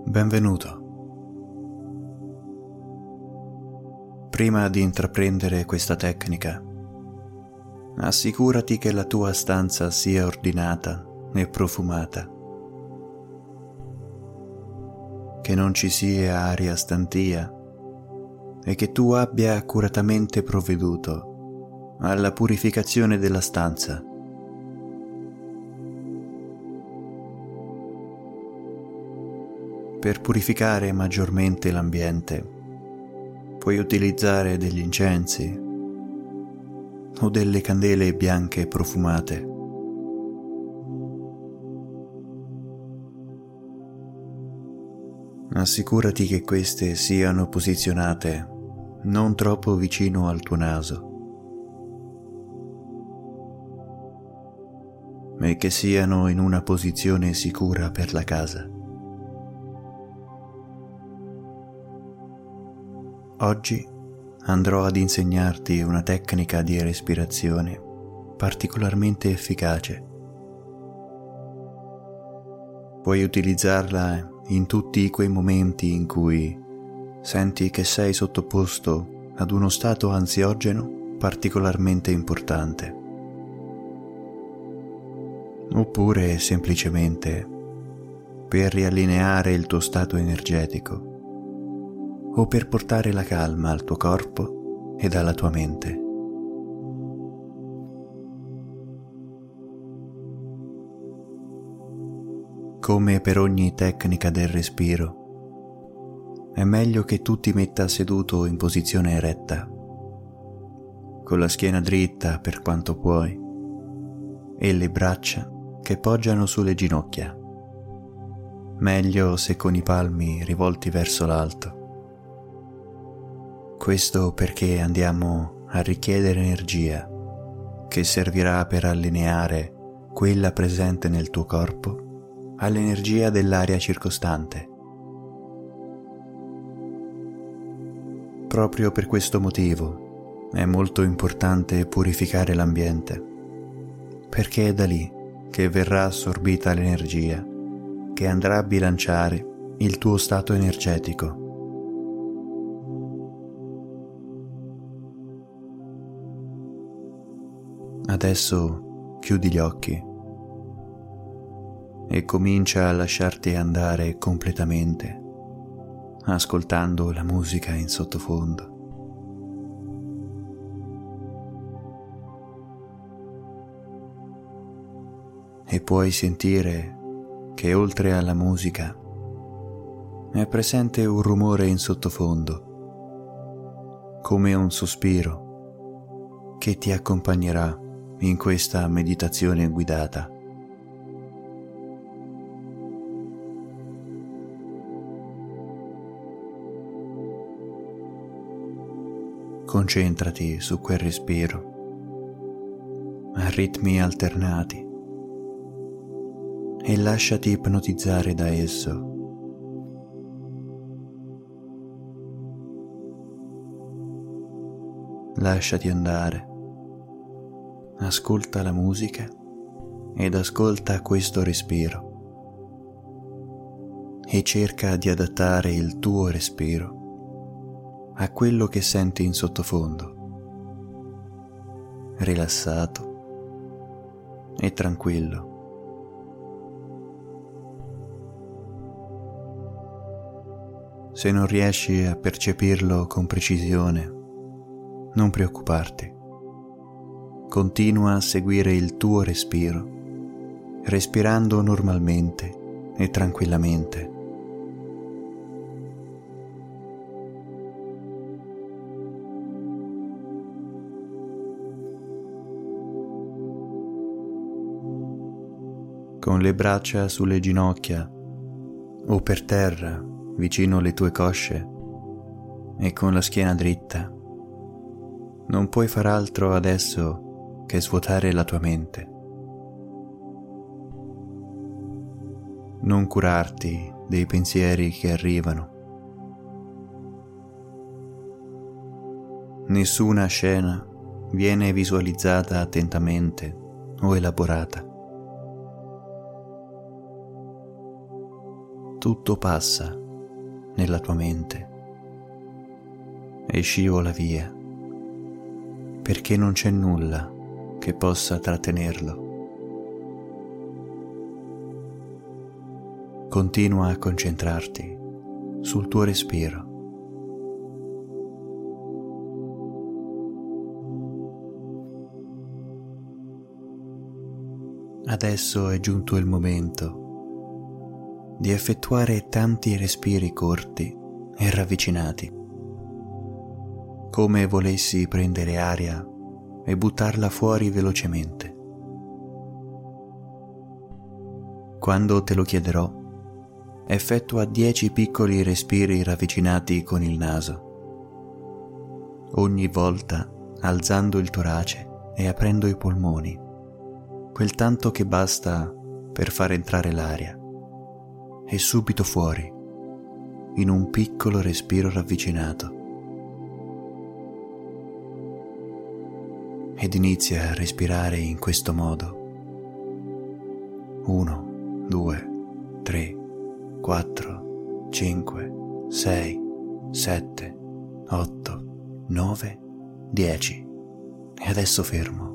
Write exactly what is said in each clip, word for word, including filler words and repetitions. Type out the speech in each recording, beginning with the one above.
Benvenuto. Prima di intraprendere questa tecnica, assicurati che la tua stanza sia ordinata e profumata, che non ci sia aria stantia e che tu abbia accuratamente provveduto alla purificazione della stanza. Per purificare maggiormente l'ambiente, puoi utilizzare degli incensi o delle candele bianche profumate. Assicurati che queste siano posizionate non troppo vicino al tuo naso e che siano in una posizione sicura per la casa. Oggi andrò ad insegnarti una tecnica di respirazione particolarmente efficace. Puoi utilizzarla in tutti quei momenti in cui senti che sei sottoposto ad uno stato ansiogeno particolarmente importante, oppure semplicemente per riallineare il tuo stato energetico o per portare la calma al tuo corpo ed alla tua mente. Come per ogni tecnica del respiro, è meglio che tu ti metta seduto in posizione eretta, con la schiena dritta per quanto puoi e le braccia che poggiano sulle ginocchia, meglio se con i palmi rivolti verso l'alto. Questo perché andiamo a richiedere energia che servirà per allineare quella presente nel tuo corpo all'energia dell'aria circostante. Proprio per questo motivo è molto importante purificare l'ambiente, perché è da lì che verrà assorbita l'energia che andrà a bilanciare il tuo stato energetico. Adesso chiudi gli occhi e comincia a lasciarti andare completamente, ascoltando la musica in sottofondo. E puoi sentire che oltre alla musica è presente un rumore in sottofondo, come un sospiro che ti accompagnerà in questa meditazione guidata. Concentrati su quel respiro a ritmi alternati e lasciati ipnotizzare da esso. Lasciati andare. Ascolta la musica ed ascolta questo respiro e cerca di adattare il tuo respiro a quello che senti in sottofondo, rilassato e tranquillo. Se non riesci a percepirlo con precisione, non preoccuparti. Continua a seguire il tuo respiro, respirando normalmente e tranquillamente. Con le braccia sulle ginocchia o per terra vicino alle tue cosce e con la schiena dritta, non puoi far altro adesso che svuotare la tua mente. Non curarti dei pensieri che arrivano. Nessuna scena viene visualizzata attentamente o elaborata. tutto passa nella tua mente e scivola via, perché non c'è nulla che possa trattenerlo. Continua a concentrarti sul tuo respiro. Adesso è giunto il momento di effettuare tanti respiri corti e ravvicinati, come volessi prendere aria e buttarla fuori velocemente. Quando te lo chiederò, effettua dieci piccoli respiri ravvicinati con il naso, ogni volta alzando il torace e aprendo i polmoni, quel tanto che basta per far entrare l'aria, e subito fuori, in un piccolo respiro ravvicinato. Ed inizia a respirare in questo modo. uno, due, tre, quattro, cinque, sei, sette, otto, nove, dieci. E adesso fermo.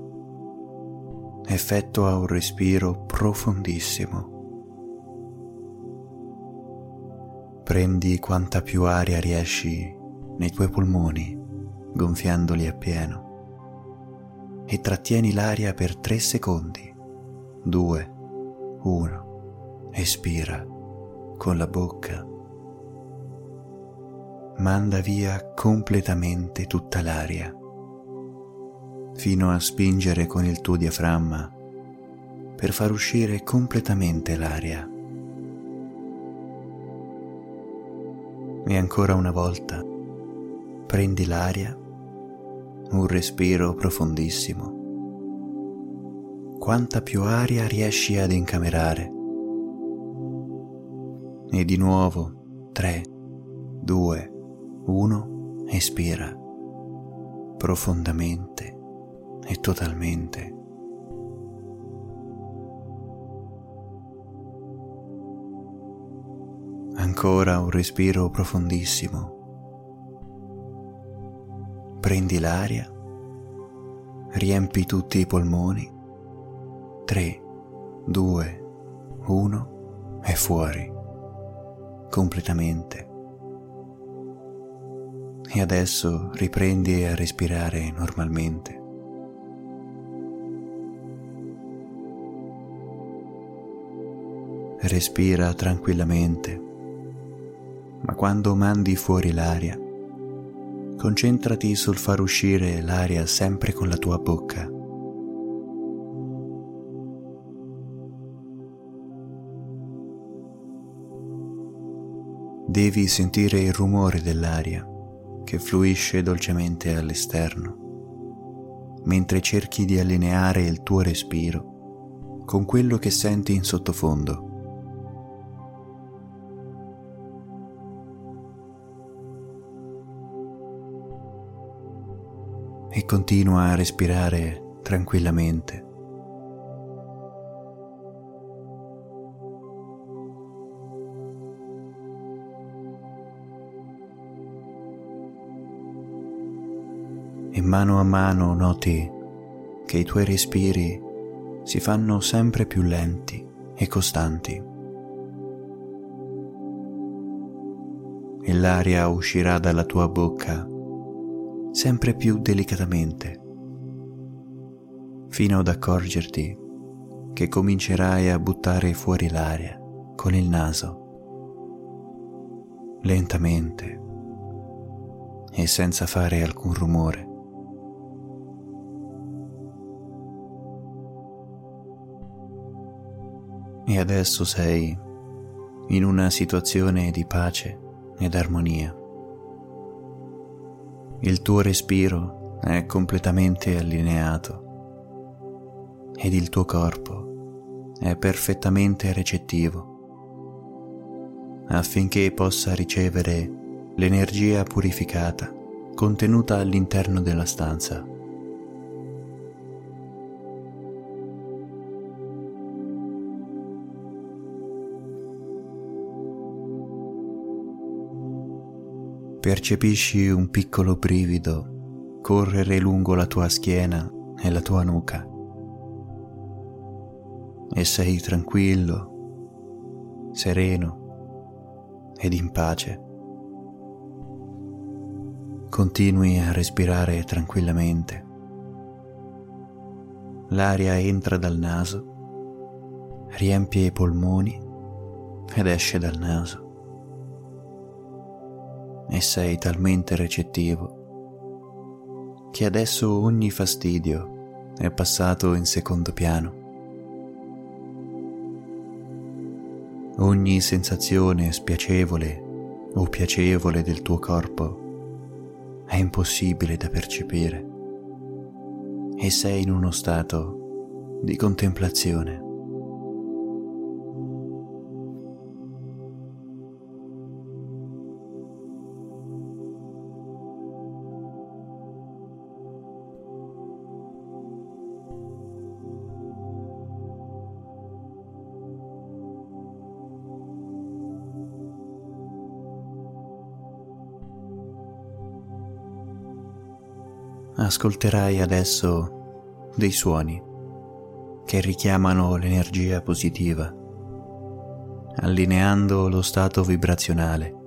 Effettua un respiro profondissimo. Prendi quanta più aria riesci nei tuoi polmoni, gonfiandoli appieno, e trattieni l'aria per tre secondi. due, uno. Espira con la bocca. Manda via completamente tutta l'aria, fino a spingere con il tuo diaframma per far uscire completamente l'aria. E ancora una volta, prendi l'aria, un respiro profondissimo. Quanta più aria riesci ad incamerare. E di nuovo, tre, due, uno, espira profondamente e totalmente. Ancora un respiro profondissimo. Prendi l'aria, riempi tutti i polmoni. tre, due, uno e fuori, completamente. E adesso riprendi a respirare normalmente. Respira tranquillamente, ma quando mandi fuori l'aria, concentrati sul far uscire l'aria sempre con la tua bocca. Devi sentire il rumore dell'aria che fluisce dolcemente all'esterno, mentre cerchi di allineare il tuo respiro con quello che senti in sottofondo. E continua a respirare tranquillamente. E mano a mano noti che i tuoi respiri si fanno sempre più lenti e costanti. E l'aria uscirà dalla tua bocca sempre più delicatamente, fino ad accorgerti che comincerai a buttare fuori l'aria con il naso, lentamente e senza fare alcun rumore. E adesso sei in una situazione di pace ed armonia. Il tuo respiro è completamente allineato ed il tuo corpo è perfettamente recettivo affinché possa ricevere l'energia purificata contenuta all'interno della stanza. percepisci un piccolo brivido correre lungo la tua schiena e la tua nuca e sei tranquillo, sereno ed in pace. Continui a respirare tranquillamente. L'aria entra dal naso, riempie i polmoni ed esce dal naso. E sei talmente recettivo che adesso ogni fastidio è passato in secondo piano. Ogni sensazione spiacevole o piacevole del tuo corpo è impossibile da percepire e sei in uno stato di contemplazione. Ascolterai adesso dei suoni che richiamano l'energia positiva, allineando lo stato vibrazionale.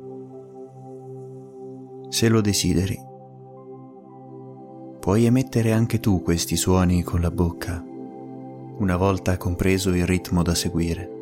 Se lo desideri, puoi emettere anche tu questi suoni con la bocca, una volta compreso il ritmo da seguire.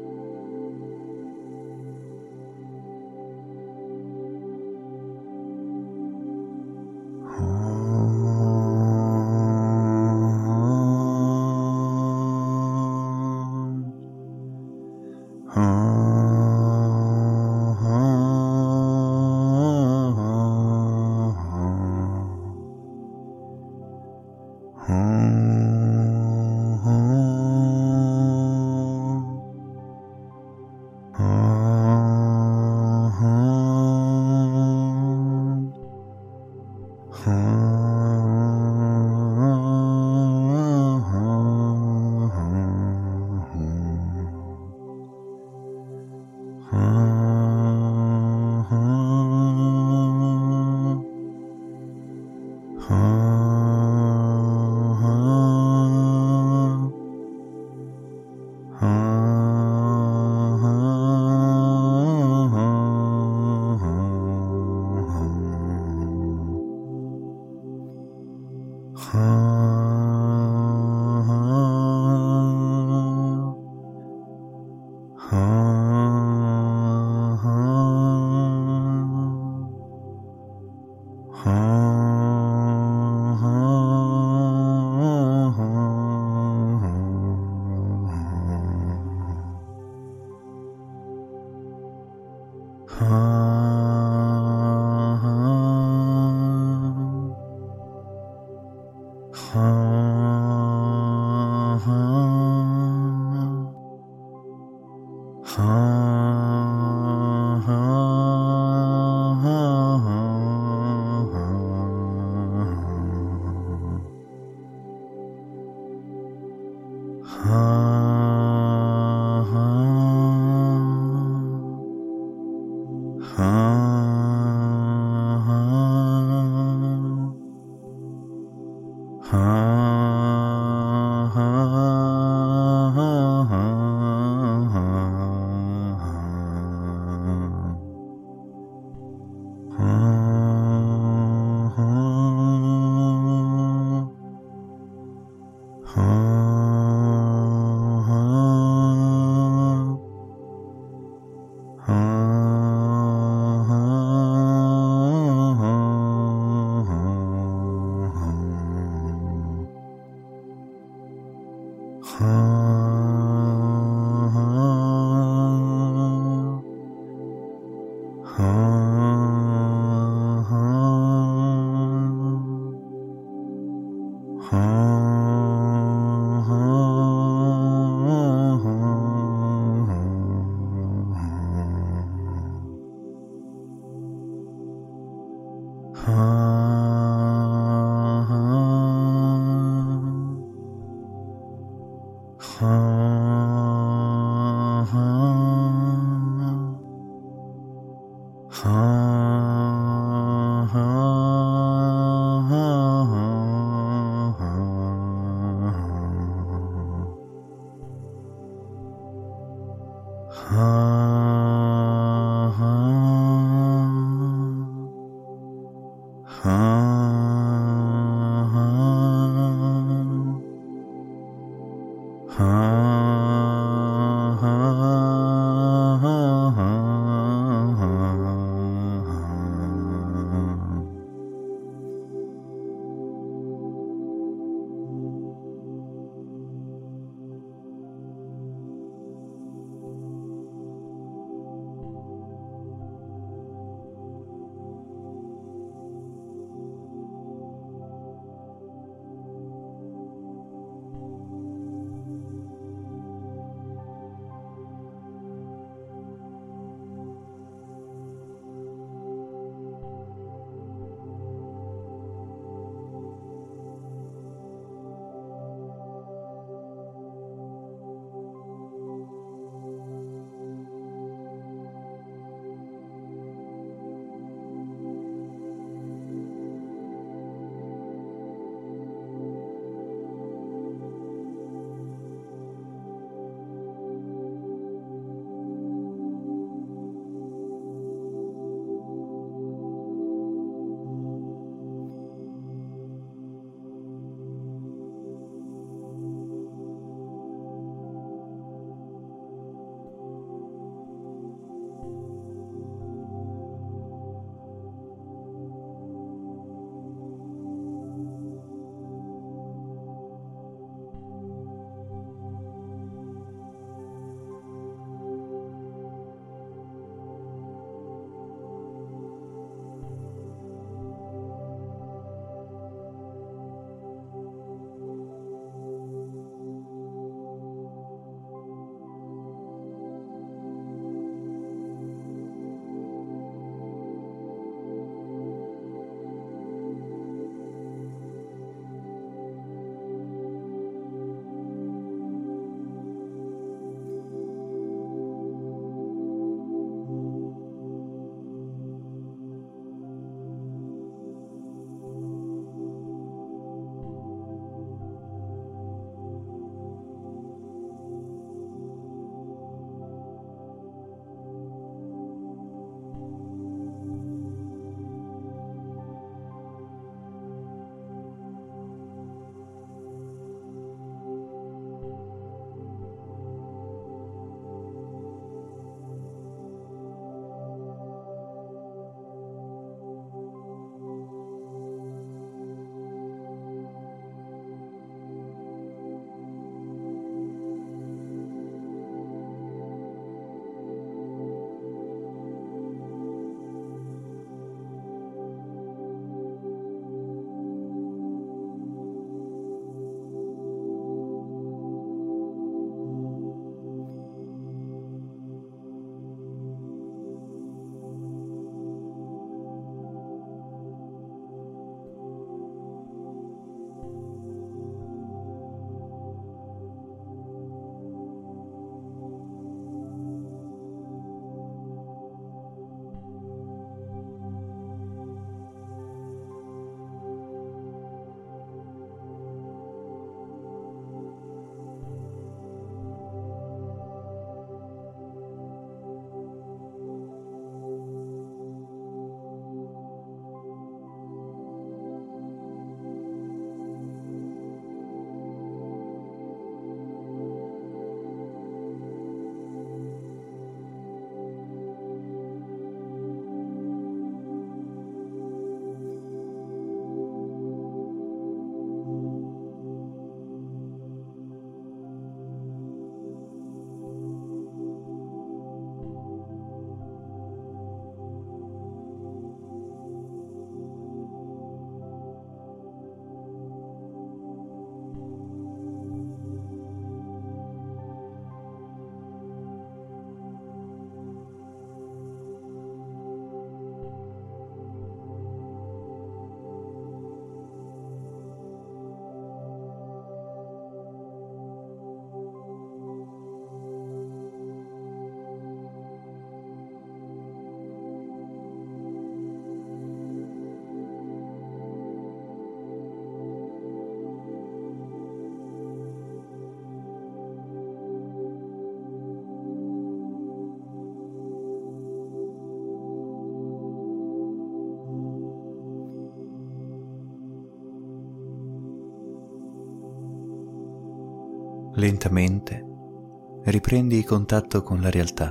Lentamente riprendi contatto con la realtà.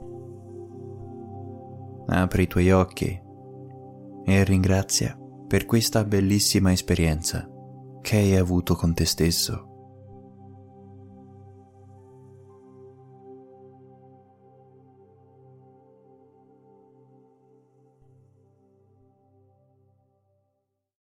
Apri i tuoi occhi e ringrazia per questa bellissima esperienza che hai avuto con te stesso.